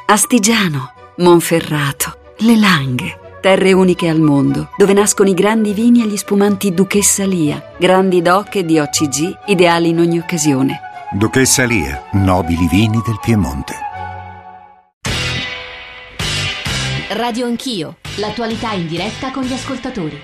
Astigiano, Monferrato, Le Langhe, terre uniche al mondo, dove nascono i grandi vini e gli spumanti Duchessa Lia, grandi DOC e di OCG, ideali in ogni occasione. Duchessa Lia, nobili vini del Piemonte. Radio Anch'io, l'attualità in diretta con gli ascoltatori.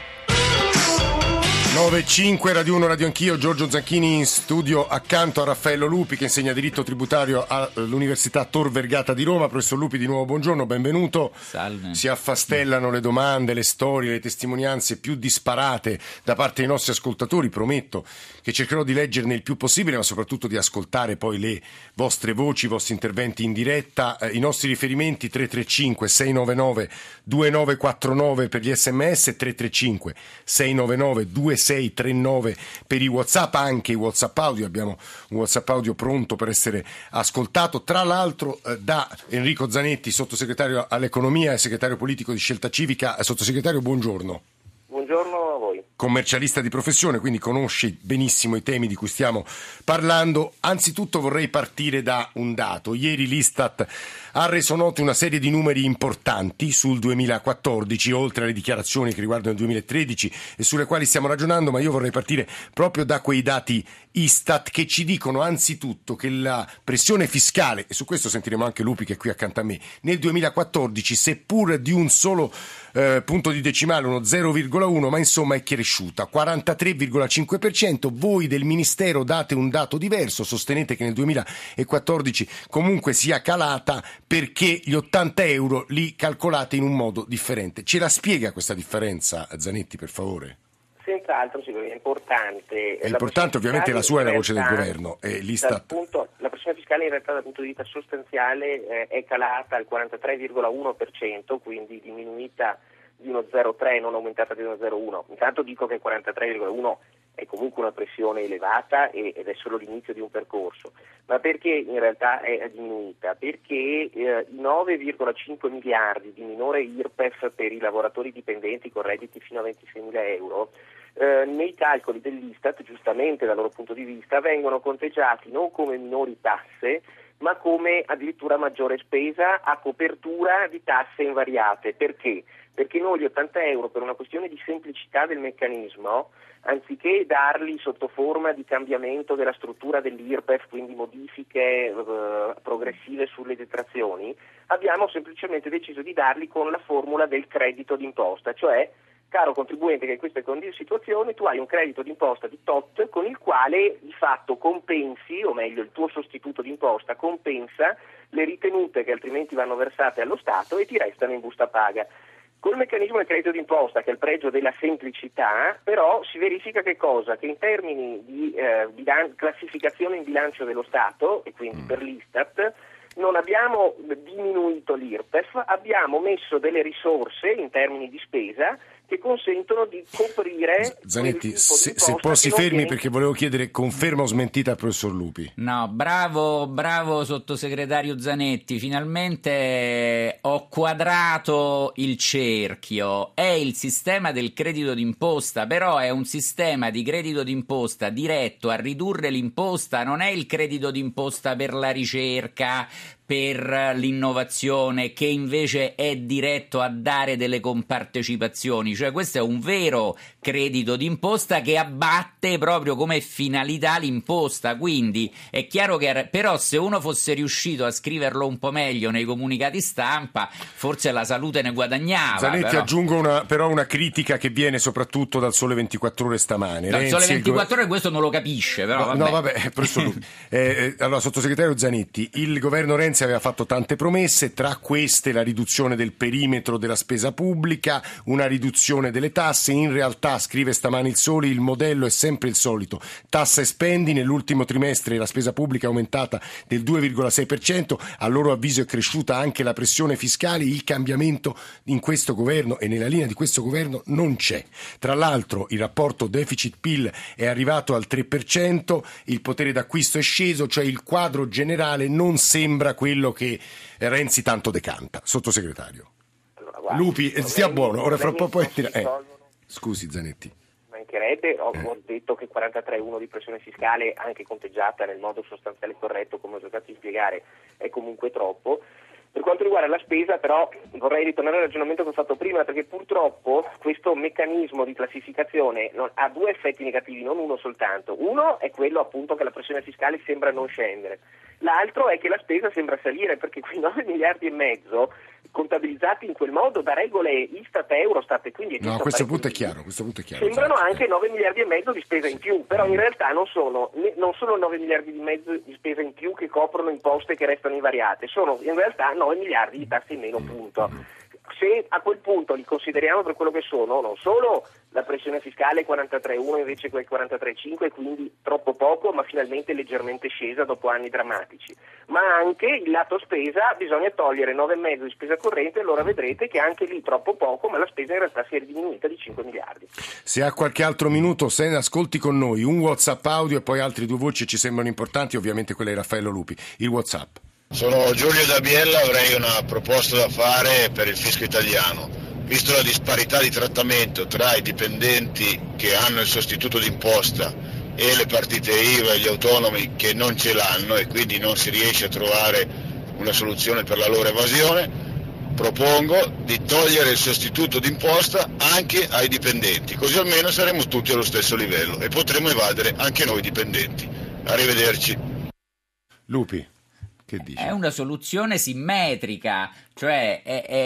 9.5 Radio 1 Radio Anch'io, Giorgio Zanchini in studio accanto a Raffaello Lupi che insegna diritto tributario all'Università Tor Vergata di Roma. Professor Lupi, di nuovo buongiorno, benvenuto. Salve. Si affastellano le domande, le storie, le testimonianze più disparate da parte dei nostri ascoltatori. Prometto che cercherò di leggerne il più possibile, ma soprattutto di ascoltare poi le vostre voci, i vostri interventi in diretta. I nostri riferimenti 335 699 2949 per gli sms, 335 699 2639 per i WhatsApp, anche i WhatsApp audio. Abbiamo un WhatsApp audio pronto per essere ascoltato, tra l'altro da Enrico Zanetti, sottosegretario all'economia e segretario politico di Scelta Civica. Sottosegretario, buongiorno. Buongiorno a voi. Commercialista di professione, quindi conosce benissimo i temi di cui stiamo parlando. Anzitutto vorrei partire da un dato. Ieri l'Istat ha reso noti una serie di numeri importanti sul 2014, oltre alle dichiarazioni che riguardano il 2013 e sulle quali stiamo ragionando, ma io vorrei partire proprio da quei dati Istat che ci dicono anzitutto che la pressione fiscale, e su questo sentiremo anche Lupi che è qui accanto a me, nel 2014, seppur di un solo punto di decimale, uno 0,1, ma insomma è cresciuta, 43,5%. Voi del Ministero date un dato diverso, sostenete che nel 2014 comunque sia calata perché gli 80 euro li calcolate in un modo differente. Ce la spiega questa differenza, Zanetti, per favore? Senz'altro, sicuramente è importante. È importante, ovviamente la sua è la voce del governo. L'Istat... La pressione fiscale in realtà dal punto di vista sostanziale è calata al 43,1%, quindi diminuita di uno 0,3, non aumentata di uno 0,1. Intanto dico che 43,1 è comunque una pressione elevata ed è solo l'inizio di un percorso. Ma perché in realtà è diminuita? Perché i 9,5 miliardi di minore IRPEF per i lavoratori dipendenti con redditi fino a 26.000 euro nei calcoli dell'Istat, giustamente dal loro punto di vista, vengono conteggiati non come minori tasse, ma come addirittura maggiore spesa a copertura di tasse invariate. Perché? Perché noi gli 80 euro, per una questione di semplicità del meccanismo, anziché darli sotto forma di cambiamento della struttura dell'IRPEF, quindi modifiche progressive sulle detrazioni, abbiamo semplicemente deciso di darli con la formula del credito d'imposta, cioè, caro contribuente che in questa situazione tu hai un credito d'imposta di tot con il quale di fatto compensi, o meglio il tuo sostituto d'imposta compensa le ritenute che altrimenti vanno versate allo Stato e ti restano in busta paga. Col meccanismo del credito d'imposta, che è il pregio della semplicità, però si verifica che cosa? Che in termini di classificazione in bilancio dello Stato, e quindi per l'Istat, non abbiamo diminuito l'IRPEF, abbiamo messo delle risorse in termini di spesa che consentono di coprire. Zanetti, se poi si fermi perché volevo chiedere conferma o smentita al professor Lupi. No, bravo sottosegretario Zanetti, finalmente ho quadrato il cerchio. È il sistema del credito d'imposta, però è un sistema di credito d'imposta diretto a ridurre l'imposta, non è il credito d'imposta per la ricerca, per l'innovazione, che invece è diretto a dare delle compartecipazioni. Cioè questo è un vero credito d'imposta che abbatte proprio come finalità l'imposta. Quindi è chiaro che però se uno fosse riuscito a scriverlo un po' meglio nei comunicati stampa, forse la salute ne guadagnava. Zanetti, aggiungo una critica che viene soprattutto dal Sole 24 Ore stamane. Dal Sole 24 Ore questo non lo capisce, però vabbè. No, vabbè, professor Lupi. Allora, sottosegretario Zanetti, il governo Renzi aveva fatto tante promesse, tra queste la riduzione del perimetro della spesa pubblica, una riduzione delle tasse. In realtà, scrive stamani il Sole, il modello è sempre il solito: tassa e spendi. Nell'ultimo trimestre la spesa pubblica è aumentata del 2,6%, a loro avviso è cresciuta anche la pressione fiscale. Il cambiamento in questo governo e nella linea di questo governo non c'è. Tra l'altro il rapporto deficit-PIL è arrivato al 3%, il potere d'acquisto è sceso, cioè il quadro generale non sembra quello che Renzi tanto decanta. Sottosegretario. Allora, guarda, Lupi, stia buono, ora fra poco scusi Zanetti. Mancherebbe, ho detto che 43,1 di pressione fiscale, anche conteggiata nel modo sostanziale corretto, come ho cercato di spiegare, è comunque troppo. Per quanto riguarda la spesa, però, vorrei ritornare al ragionamento che ho fatto prima, perché purtroppo questo meccanismo di classificazione ha due effetti negativi, non uno soltanto. Uno è quello appunto che la pressione fiscale sembra non scendere, l'altro è che la spesa sembra salire, perché quei 9 miliardi e mezzo contabilizzati in quel modo da regole Istat, Eurostat e quindi no, questo punto è chiaro, sembrano anche 9 miliardi e mezzo di spesa in più, però in realtà non sono 9 miliardi e mezzo di spesa in più che coprono imposte che restano invariate, sono in realtà 9 miliardi di tasse in meno, punto. Se a quel punto li consideriamo per quello che sono, non solo la pressione fiscale 43,1 invece quel 43,5, quindi troppo poco, ma finalmente leggermente scesa dopo anni drammatici, ma anche il lato spesa, bisogna togliere 9,5 di spesa corrente, allora vedrete che anche lì troppo poco, ma la spesa in realtà si è diminuita di 5 miliardi. Se ha qualche altro minuto, se ne ascolti con noi un WhatsApp audio e poi altre due voci ci sembrano importanti, ovviamente quella di Raffaello Lupi. Il WhatsApp. Sono Giulio da Biella, avrei una proposta da fare per il fisco italiano. Visto la disparità di trattamento tra i dipendenti che hanno il sostituto d'imposta e le partite IVA e gli autonomi che non ce l'hanno e quindi non si riesce a trovare una soluzione per la loro evasione, propongo di togliere il sostituto d'imposta anche ai dipendenti, così almeno saremo tutti allo stesso livello e potremo evadere anche noi dipendenti. Arrivederci. Lupi. Che dice? È una soluzione simmetrica, cioè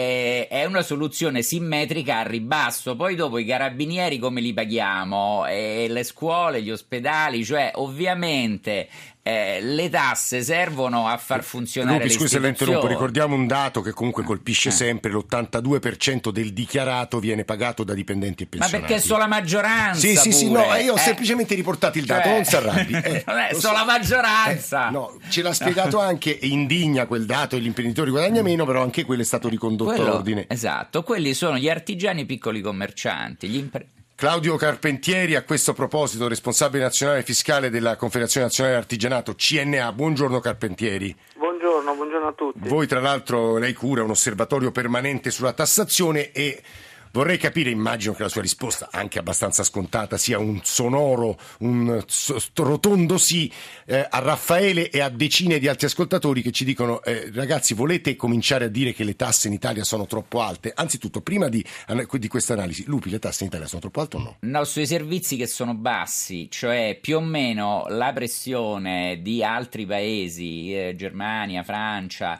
è una soluzione simmetrica a ribasso. Poi dopo i carabinieri come li paghiamo? E le scuole, gli ospedali, cioè ovviamente le tasse servono a far funzionare Lupi, le scusa se la istituzioni. interrompo, ricordiamo un dato che comunque colpisce sempre: l'82% del dichiarato viene pagato da dipendenti e pensionati. Ma perché sono la maggioranza? Sì, pure. no, io ho semplicemente riportato il dato, non si arrabbi. Sono la maggioranza. No, ce l'ha spiegato anche e indigna quel dato e gli imprenditori guadagna meno, però anche quello è stato ricondotto all'ordine. Esatto, quelli sono gli artigiani e piccoli commercianti, Claudio Carpentieri, a questo proposito, responsabile nazionale fiscale della Confederazione Nazionale dell'Artigianato, CNA. Buongiorno Carpentieri. Buongiorno a tutti. Voi tra l'altro, lei cura un osservatorio permanente sulla tassazione e vorrei capire, immagino che la sua risposta, anche abbastanza scontata, sia un sonoro, un rotondo sì a Raffaele e a decine di altri ascoltatori che ci dicono ragazzi, volete cominciare a dire che le tasse in Italia sono troppo alte? Anzitutto, prima di questa analisi, Lupi, le tasse in Italia sono troppo alte o no? No, sui servizi che sono bassi, cioè più o meno la pressione di altri paesi, Germania, Francia,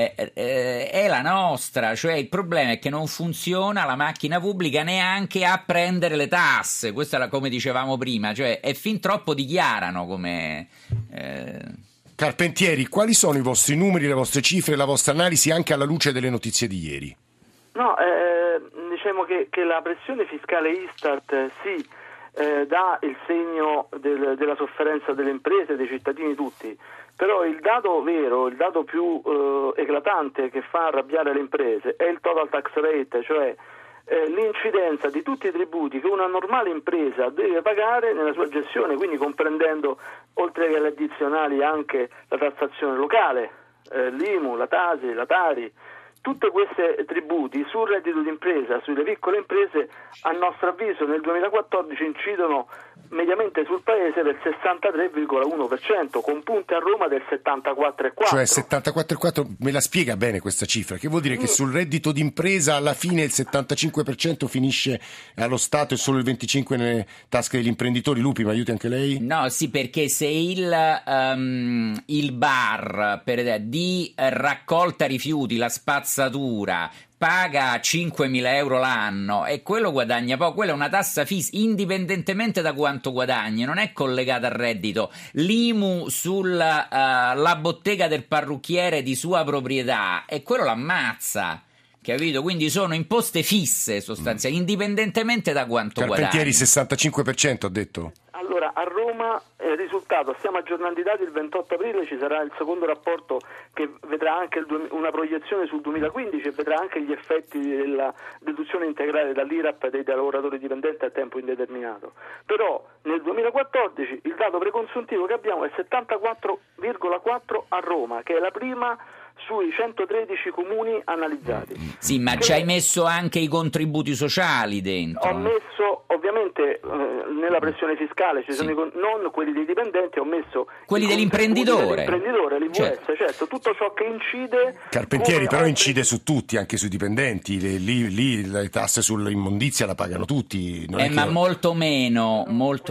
è la nostra, cioè il problema è che non funziona la macchina pubblica neanche a prendere le tasse, questo è come dicevamo prima, cioè è fin troppo dichiarano come... Carpentieri, quali sono i vostri numeri, le vostre cifre, la vostra analisi anche alla luce delle notizie di ieri? No, diciamo che la pressione fiscale Istat sì, dà il segno della sofferenza delle imprese, dei cittadini tutti, però il dato vero, il dato più eclatante che fa arrabbiare le imprese è il total tax rate, cioè l'incidenza di tutti i tributi che una normale impresa deve pagare nella sua gestione, quindi comprendendo oltre che le addizionali anche la tassazione locale, l'IMU, la TASI, la TARI. Tutti questi tributi sul reddito d'impresa, sulle piccole imprese, a nostro avviso nel 2014 incidono mediamente sul paese del 63,1%, con punte a Roma del 74,4%. Cioè 74,4%, me la spiega bene questa cifra? Che vuol dire che sul reddito d'impresa alla fine il 75% finisce allo Stato e solo il 25% nelle tasche degli imprenditori? Lupi, mi aiuti anche lei? No, sì, perché se il bar di raccolta rifiuti, la spazzatura, paga 5.000 euro l'anno e quello guadagna poco, quella è una tassa fissa, indipendentemente da quanto guadagni, non è collegata al reddito. L'IMU sulla la bottega del parrucchiere di sua proprietà e quello l'ammazza, capito? Quindi sono imposte fisse sostanzialmente, indipendentemente da quanto guadagni. Carpentieri, 65% ha detto? Allora, a Roma il risultato, stiamo aggiornando i dati, il 28 aprile ci sarà il secondo rapporto che vedrà anche una proiezione sul 2015 e vedrà anche gli effetti della deduzione integrale dall'IRAP dei lavoratori dipendenti a tempo indeterminato. Però nel 2014 il dato preconsuntivo che abbiamo è 74,4 a Roma, che è la prima sui 113 comuni analizzati. Sì, ma ci hai messo anche i contributi sociali dentro. Ho messo, ovviamente, nella pressione fiscale, ci sono non quelli dei dipendenti, ho messo quelli dell'imprenditore, l'IVS, certo, tutto ciò che incide. Carpentieri però incide su tutti, anche sui dipendenti, lì le tasse sull'immondizia la pagano tutti. Ma molto meno.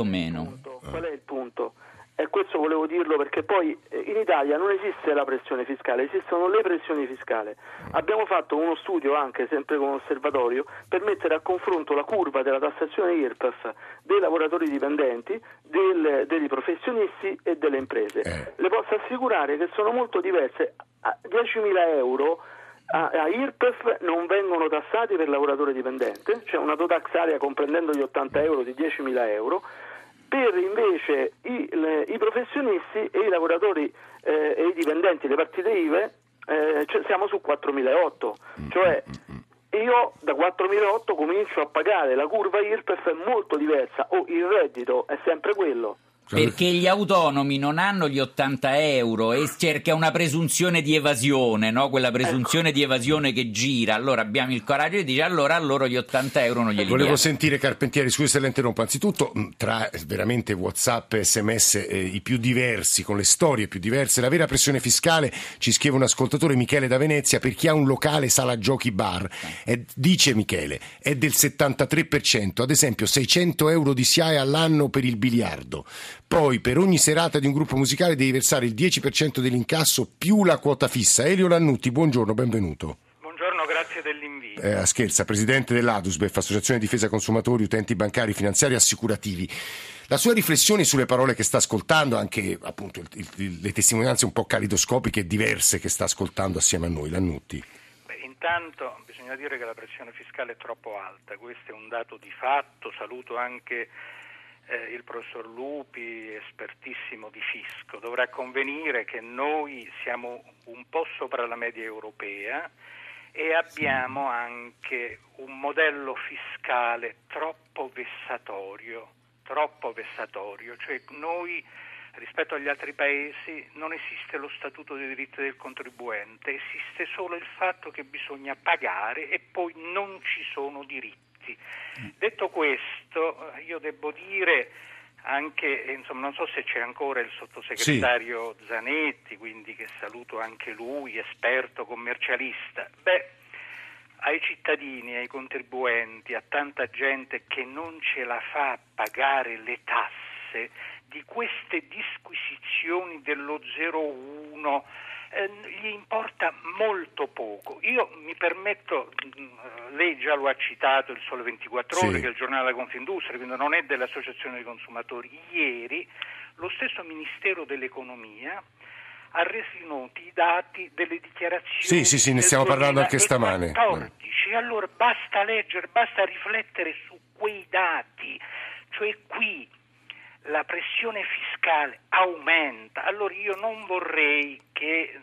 Qual è il punto? E questo volevo dirlo perché poi in Italia non esiste la pressione fiscale, esistono le pressioni fiscali. Abbiamo fatto uno studio anche, sempre con osservatorio, per mettere a confronto la curva della tassazione IRPEF dei lavoratori dipendenti, dei professionisti e delle imprese. Le posso assicurare che sono molto diverse. A 10.000 euro a IRPEF non vengono tassati per lavoratore dipendente, c'è una dotax area comprendendo gli 80 euro di 10.000 euro. Per invece i professionisti e i lavoratori e i dipendenti, le partite IVA, siamo su 4.008, cioè io da 4.008 comincio a pagare, la curva IRPEF è molto diversa, il reddito è sempre quello. Perché gli autonomi non hanno gli 80 euro e cerca una presunzione di evasione, no? Quella presunzione di evasione che gira. Allora abbiamo il coraggio di dire allora a loro gli 80 euro non glieli diamo. Volevo sentire Carpentieri, scusi se la interrompo. Anzitutto, tra veramente WhatsApp e SMS i più diversi, con le storie più diverse, la vera pressione fiscale, ci scrive un ascoltatore, Michele da Venezia, per chi ha un locale sala giochi bar, dice Michele, è del 73%, ad esempio 600 euro di SIAE all'anno per il biliardo. Poi per ogni serata di un gruppo musicale devi versare il 10% dell'incasso più la quota fissa. Elio Lannutti, buongiorno, benvenuto. Buongiorno, grazie dell'invito. Scherza, presidente dell'ADUSBEF, Associazione Difesa Consumatori, Utenti Bancari, Finanziari e Assicurativi. La sua riflessione sulle parole che sta ascoltando, anche appunto le testimonianze un po' calidoscopiche e diverse che sta ascoltando assieme a noi, Lannutti. Intanto bisogna dire che la pressione fiscale è troppo alta, questo è un dato di fatto. Saluto anche il professor Lupi, espertissimo di fisco. Dovrà convenire che noi siamo un po' sopra la media europea e abbiamo anche un modello fiscale troppo vessatorio, cioè noi rispetto agli altri paesi non esiste lo statuto dei diritti del contribuente, esiste solo il fatto che bisogna pagare e poi non ci sono diritti. Detto questo, io devo dire anche, insomma, non so se c'è ancora il sottosegretario Zanetti, quindi che saluto anche lui, esperto commercialista. Ai cittadini, ai contribuenti, a tanta gente che non ce la fa a pagare le tasse, di queste disquisizioni dello 0,1 gli importa molto poco. Io mi permetto, lei già lo ha citato, il Sole 24 Ore, che è il giornale della Confindustria, quindi non è dell'Associazione dei Consumatori. Ieri lo stesso Ministero dell'Economia ha reso noti i dati delle dichiarazioni. Sì, ne stiamo parlando anche stamane. Allora basta leggere, basta riflettere su quei dati, cioè qui la pressione fiscale aumenta. Allora io non vorrei che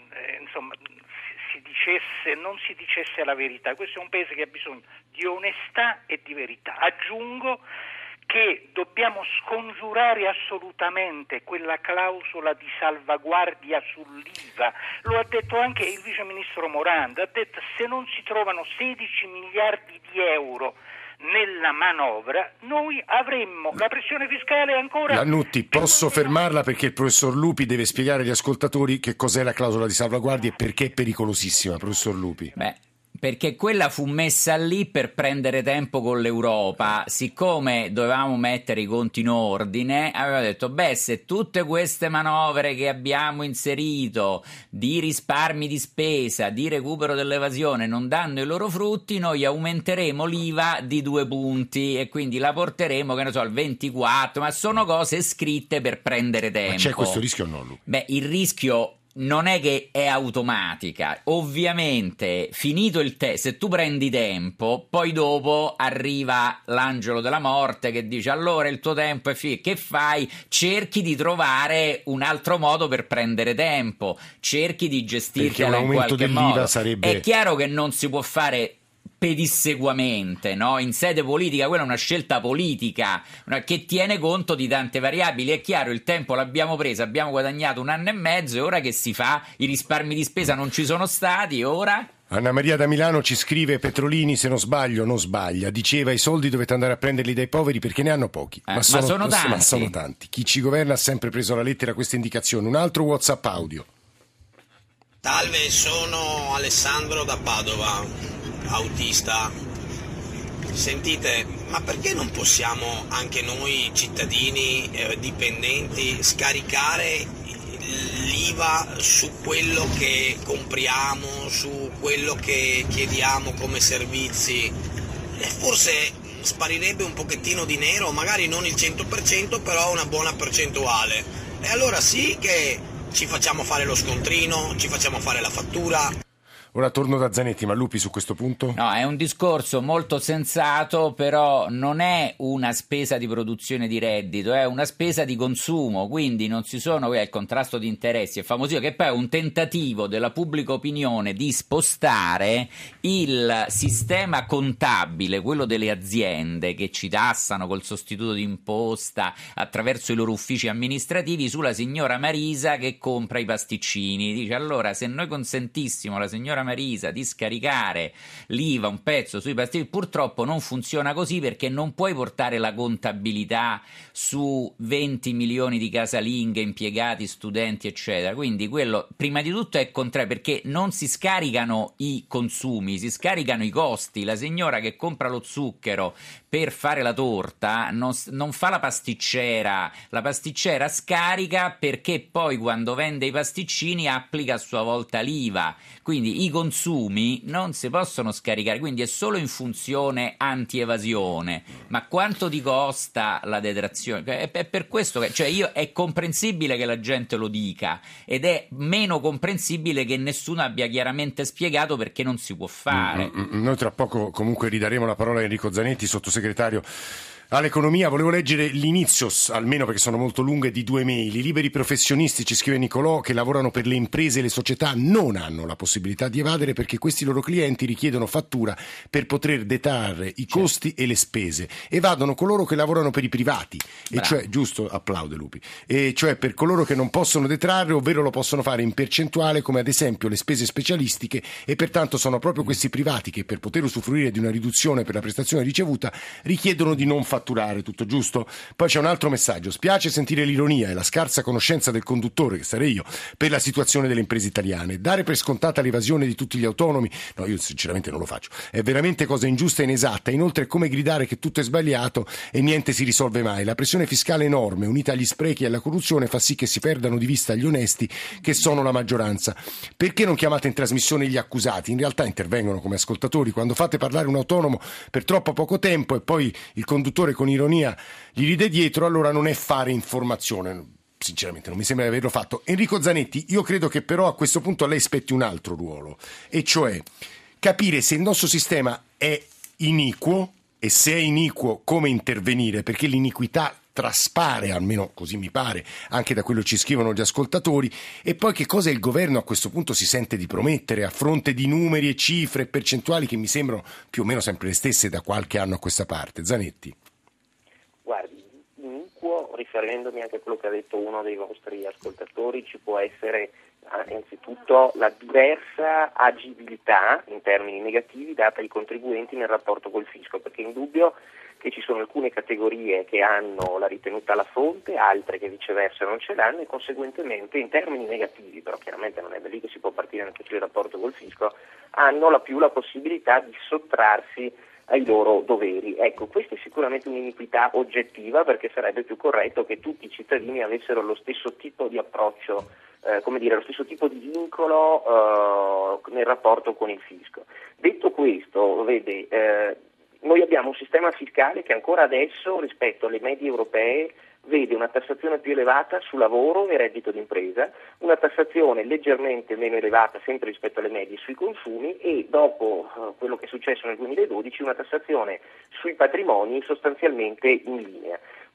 non si dicesse la verità. Questo è un paese che ha bisogno di onestà e di verità. Aggiungo che dobbiamo scongiurare assolutamente quella clausola di salvaguardia sull'IVA. Lo ha detto anche il vice ministro Morando, ha detto se non si trovano 16 miliardi di euro nella manovra, noi avremmo la pressione fiscale ancora. Lannutti, posso fermarla perché il professor Lupi deve spiegare agli ascoltatori che cos'è la clausola di salvaguardia e perché è pericolosissima, professor Lupi. Perché quella fu messa lì per prendere tempo con l'Europa. Siccome dovevamo mettere i conti in ordine, aveva detto se tutte queste manovre che abbiamo inserito di risparmi di spesa, di recupero dell'evasione non danno i loro frutti, noi aumenteremo l'IVA di 2 punti e quindi la porteremo, che ne so, al 24, ma sono cose scritte per prendere tempo. Ma c'è questo rischio o no, Lupi? Il rischio non è che è automatica, ovviamente finito il se tu prendi tempo, poi dopo arriva l'angelo della morte che dice allora il tuo tempo è finito, che fai? Cerchi di trovare un altro modo per prendere tempo, cerchi di gestirtela in qualche modo. È chiaro che non si può fare pedissequamente, no? In sede politica quella è una scelta politica che tiene conto di tante variabili. È chiaro, il tempo l'abbiamo preso, abbiamo guadagnato 1 anno e mezzo e ora che si fa? I risparmi di spesa non ci sono stati, ora? Anna Maria da Milano ci scrive: Petrolini, se non sbaglio, non sbaglia. Diceva: i soldi dovete andare a prenderli dai poveri perché ne hanno pochi. Ma sono tanti. Chi ci governa ha sempre preso alla lettera queste indicazioni. Un altro WhatsApp audio. Salve, sono Alessandro da Padova, autista. Sentite, ma perché non possiamo anche noi cittadini dipendenti scaricare l'IVA su quello che compriamo, su quello che chiediamo come servizi? E forse sparirebbe un pochettino di nero, magari non il 100%, però una buona percentuale. E allora sì che ci facciamo fare lo scontrino, ci facciamo fare la fattura. Ora torno da Zanetti, ma Lupi su questo punto? No, è un discorso molto sensato, però non è una spesa di produzione di reddito, è una spesa di consumo, quindi non ci sono il contrasto di interessi, è famosissimo, che poi è un tentativo della pubblica opinione di spostare il sistema contabile, quello delle aziende che ci tassano col sostituto d'imposta attraverso i loro uffici amministrativi, sulla signora Marisa che compra i pasticcini. Dice: allora, se noi consentissimo alla signora Marisa di scaricare l'IVA un pezzo sui pasticcini, purtroppo non funziona così, perché non puoi portare la contabilità su 20 milioni di casalinghe, impiegati, studenti eccetera. Quindi quello prima di tutto è contrario, perché non si scaricano i consumi, si scaricano i costi. La signora che compra lo zucchero per fare la torta non fa la pasticcera scarica, perché poi quando vende i pasticcini applica a sua volta l'IVA, quindi i consumi non si possono scaricare, quindi è solo in funzione anti-evasione. Ma quanto ti costa la detrazione? È per questo che, è comprensibile che la gente lo dica, ed è meno comprensibile che nessuno abbia chiaramente spiegato perché non si può fare. Noi tra poco comunque ridaremo la parola a Enrico Zanetti, sottosegretario all'economia. Volevo leggere l'inizio, almeno perché sono molto lunghe, di 2 mail. I liberi professionisti, ci scrive Nicolò, che lavorano per le imprese e le società, non hanno la possibilità di evadere, perché questi loro clienti richiedono fattura per poter detrarre i costi e le spese. Evadono coloro che lavorano per i privati, e cioè, giusto, applaude Lupi, e cioè per coloro che non possono detrarre, ovvero lo possono fare in percentuale, come ad esempio le spese specialistiche, e pertanto sono proprio questi privati che, per poter usufruire di una riduzione per la prestazione ricevuta, richiedono di non fatturare. Tutto giusto? Poi c'è un altro messaggio: spiace sentire l'ironia e la scarsa conoscenza del conduttore, che sarei io, per la situazione delle imprese italiane. Dare per scontata l'evasione di tutti gli autonomi, no, io sinceramente non lo faccio, è veramente cosa ingiusta e inesatta. Inoltre è come gridare che tutto è sbagliato e niente si risolve mai. La pressione fiscale enorme, unita agli sprechi e alla corruzione, fa sì che si perdano di vista gli onesti, che sono la maggioranza. Perché non chiamate in trasmissione gli accusati? In realtà intervengono come ascoltatori. Quando fate parlare un autonomo per troppo poco tempo e poi il conduttore con ironia gli ride dietro, allora non è fare informazione. Sinceramente non mi sembra di averlo fatto. Enrico Zanetti, io credo che però a questo punto a lei spetti un altro ruolo, e cioè capire se il nostro sistema è iniquo, e se è iniquo come intervenire, perché l'iniquità traspare, almeno così mi pare, anche da quello che ci scrivono gli ascoltatori. E poi che cosa il governo a questo punto si sente di promettere, a fronte di numeri e cifre e percentuali che mi sembrano più o meno sempre le stesse da qualche anno a questa parte. Zanetti. Guardi, iniquo, riferendomi anche a quello che ha detto uno dei vostri ascoltatori, ci può essere innanzitutto la diversa agibilità in termini negativi data ai contribuenti nel rapporto col fisco, perché è indubbio che ci sono alcune categorie che hanno la ritenuta alla fonte, altre che viceversa non ce l'hanno, e conseguentemente in termini negativi, però chiaramente non è da lì che si può partire anche sul rapporto col fisco, hanno la possibilità di sottrarsi ai loro doveri. Ecco, questa è sicuramente un'iniquità oggettiva, perché sarebbe più corretto che tutti i cittadini avessero lo stesso tipo di approccio, lo stesso tipo di vincolo nel rapporto con il fisco. Detto questo, vede, noi abbiamo un sistema fiscale che ancora adesso, rispetto alle medie europee, vede una tassazione più elevata su lavoro e reddito d'impresa, una tassazione leggermente meno elevata sempre rispetto alle medie sui consumi, e dopo quello che è successo nel 2012 una tassazione sui patrimoni sostanzialmente in linea.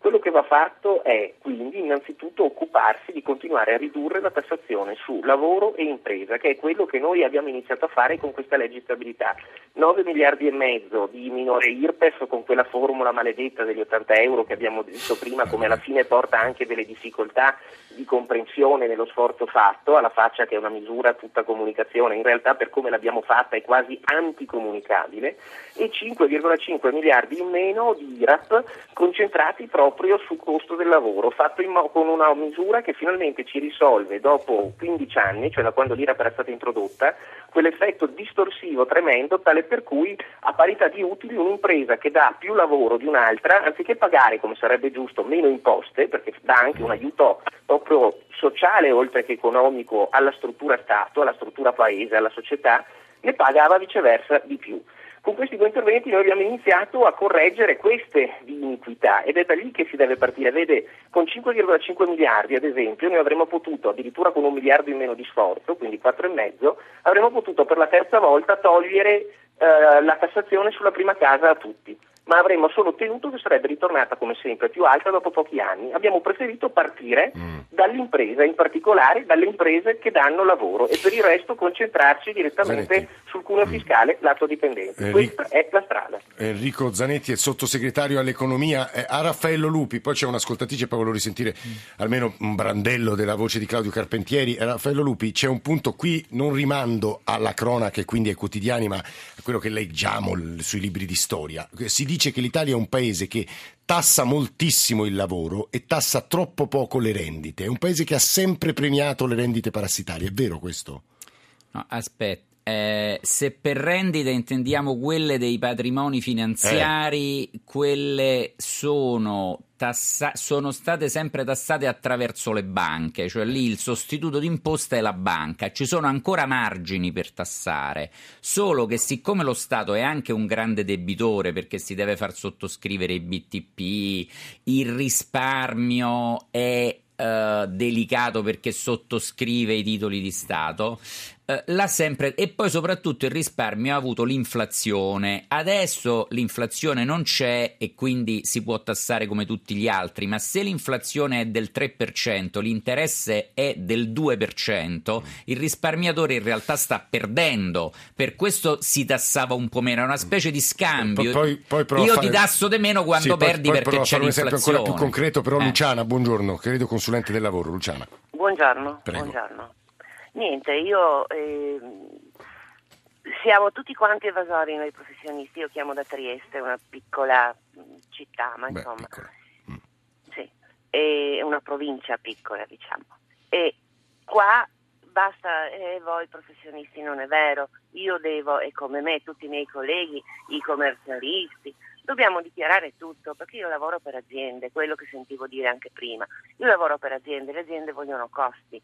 Quello che va fatto è quindi innanzitutto occuparsi di continuare a ridurre la tassazione su lavoro e impresa, che è quello che noi abbiamo iniziato a fare con questa legge di stabilità. 9 miliardi e mezzo di minore IRPEF con quella formula maledetta degli 80 euro che abbiamo detto prima, come alla fine porta anche delle difficoltà di comprensione nello sforzo fatto, alla faccia che è una misura tutta comunicazione, in realtà per come l'abbiamo fatta è quasi anticomunicabile, e 5,5 miliardi in meno di IRAP concentrati proprio sul costo del lavoro, fatto con una misura che finalmente ci risolve dopo 15 anni, cioè da quando l'IRAP era stata introdotta, quell'effetto distorsivo tremendo tale per cui a parità di utili un'impresa che dà più lavoro di un'altra, anziché pagare come sarebbe giusto meno imposte, perché dà anche un aiuto proprio sociale oltre che economico alla struttura Stato, alla struttura Paese, alla società, ne pagava viceversa di più. Con questi due interventi noi abbiamo iniziato a correggere queste iniquità ed è da lì che si deve partire. Vede, con 5,5 miliardi ad esempio noi avremmo potuto, addirittura con 1 miliardo in meno di sforzo, quindi 4,5, avremmo potuto per la terza volta togliere la tassazione sulla prima casa a tutti, ma avremmo solo ottenuto che sarebbe ritornata come sempre più alta dopo pochi anni. Abbiamo preferito partire dall'impresa, in particolare dalle imprese che danno lavoro, e per il resto concentrarci direttamente sul cuneo fiscale lato dipendente. Questa è la strada. Enrico Zanetti è sottosegretario all'economia. A Raffaello Lupi, poi c'è un'ascoltatrice, poi volevo risentire almeno un brandello della voce di Claudio Carpentieri. Raffaello Lupi, c'è un punto qui, non rimando alla cronaca e quindi ai quotidiani, ma a quello che leggiamo sui libri di storia. Si dice che l'Italia è un paese che tassa moltissimo il lavoro e tassa troppo poco le rendite. È un paese che ha sempre premiato le rendite parassitarie. È vero questo? No, aspetta. Se per rendite intendiamo quelle dei patrimoni finanziari, quelle sono state sempre tassate attraverso le banche, cioè lì il sostituto d'imposta è la banca. Ci sono ancora margini per tassare, solo che siccome lo Stato è anche un grande debitore perché si deve far sottoscrivere i BTP, il risparmio è delicato perché sottoscrive i titoli di Stato, l'ha sempre, e poi soprattutto il risparmio ha avuto l'inflazione. Adesso l'inflazione non c'è e quindi si può tassare come tutti gli altri, ma se l'inflazione è del 3%, l'interesse è del 2%, il risparmiatore in realtà sta perdendo, per questo si tassava un po' meno, è una specie di scambio. Io ti tasso di meno quando perdi perché c'è l'inflazione. Un esempio ancora più concreto, però Luciana, buongiorno, credo consulente del lavoro. Luciana. Buongiorno. Prego. Buongiorno. Niente, io siamo tutti quanti evasori noi professionisti. Io chiamo da Trieste, una piccola città, ma insomma, sì, è una provincia piccola, diciamo. E qua basta, voi professionisti non è vero, io devo, e come me tutti i miei colleghi, i commercialisti, dobbiamo dichiarare tutto, perché io lavoro per aziende, quello che sentivo dire anche prima. Io lavoro per aziende, le aziende vogliono costi.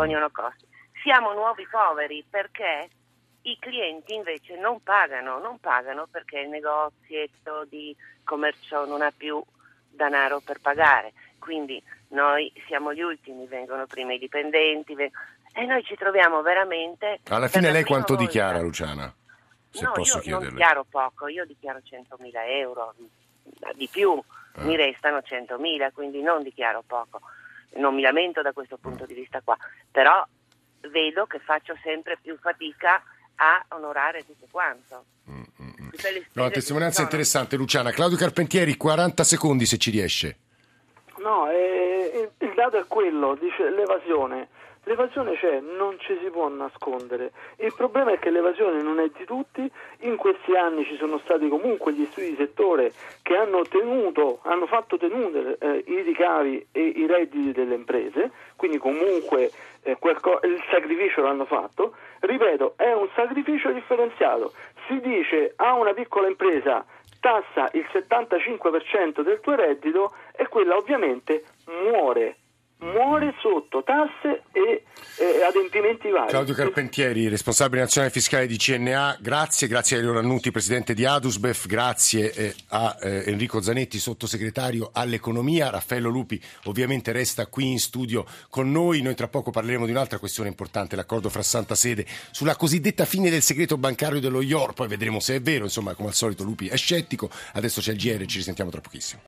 Siamo nuovi poveri perché i clienti invece non pagano perché il negozietto di commercio non ha più denaro per pagare. Quindi noi siamo gli ultimi, vengono prima i dipendenti e noi ci troviamo veramente... Alla fine lei quanto dichiara, Luciana? Se posso io chiederle. Non dichiaro poco, io dichiaro 100.000 euro, di più, mi restano 100.000, quindi non dichiaro poco. Non mi lamento da questo punto di vista qua, però vedo che faccio sempre più fatica a onorare tutto quanto. No, testimonianza interessante, Luciana. Claudio Carpentieri, 40 secondi se ci riesce. No, il dato è quello, dice l'evasione. L'evasione c'è, non ci si può nascondere. Il problema è che l'evasione non è di tutti. In questi anni ci sono stati comunque gli studi di settore che hanno fatto tenere i ricavi e i redditi delle imprese, quindi comunque il sacrificio l'hanno fatto. Ripeto, è un sacrificio differenziato. Si dice a una piccola impresa tassa il 75% del tuo reddito e quella ovviamente muore sotto tasse e adempimenti vari. Claudio Carpentieri, responsabile nazionale fiscale di CNA, grazie a Elio Rannuti, presidente di Adusbef, grazie a Enrico Zanetti, sottosegretario all'economia. Raffaello Lupi ovviamente resta qui in studio con noi tra poco parleremo di un'altra questione importante, l'accordo fra Santa Sede sulla cosiddetta fine del segreto bancario dello IOR, poi vedremo se è vero, insomma come al solito Lupi è scettico. Adesso c'è il GR, ci risentiamo tra pochissimo.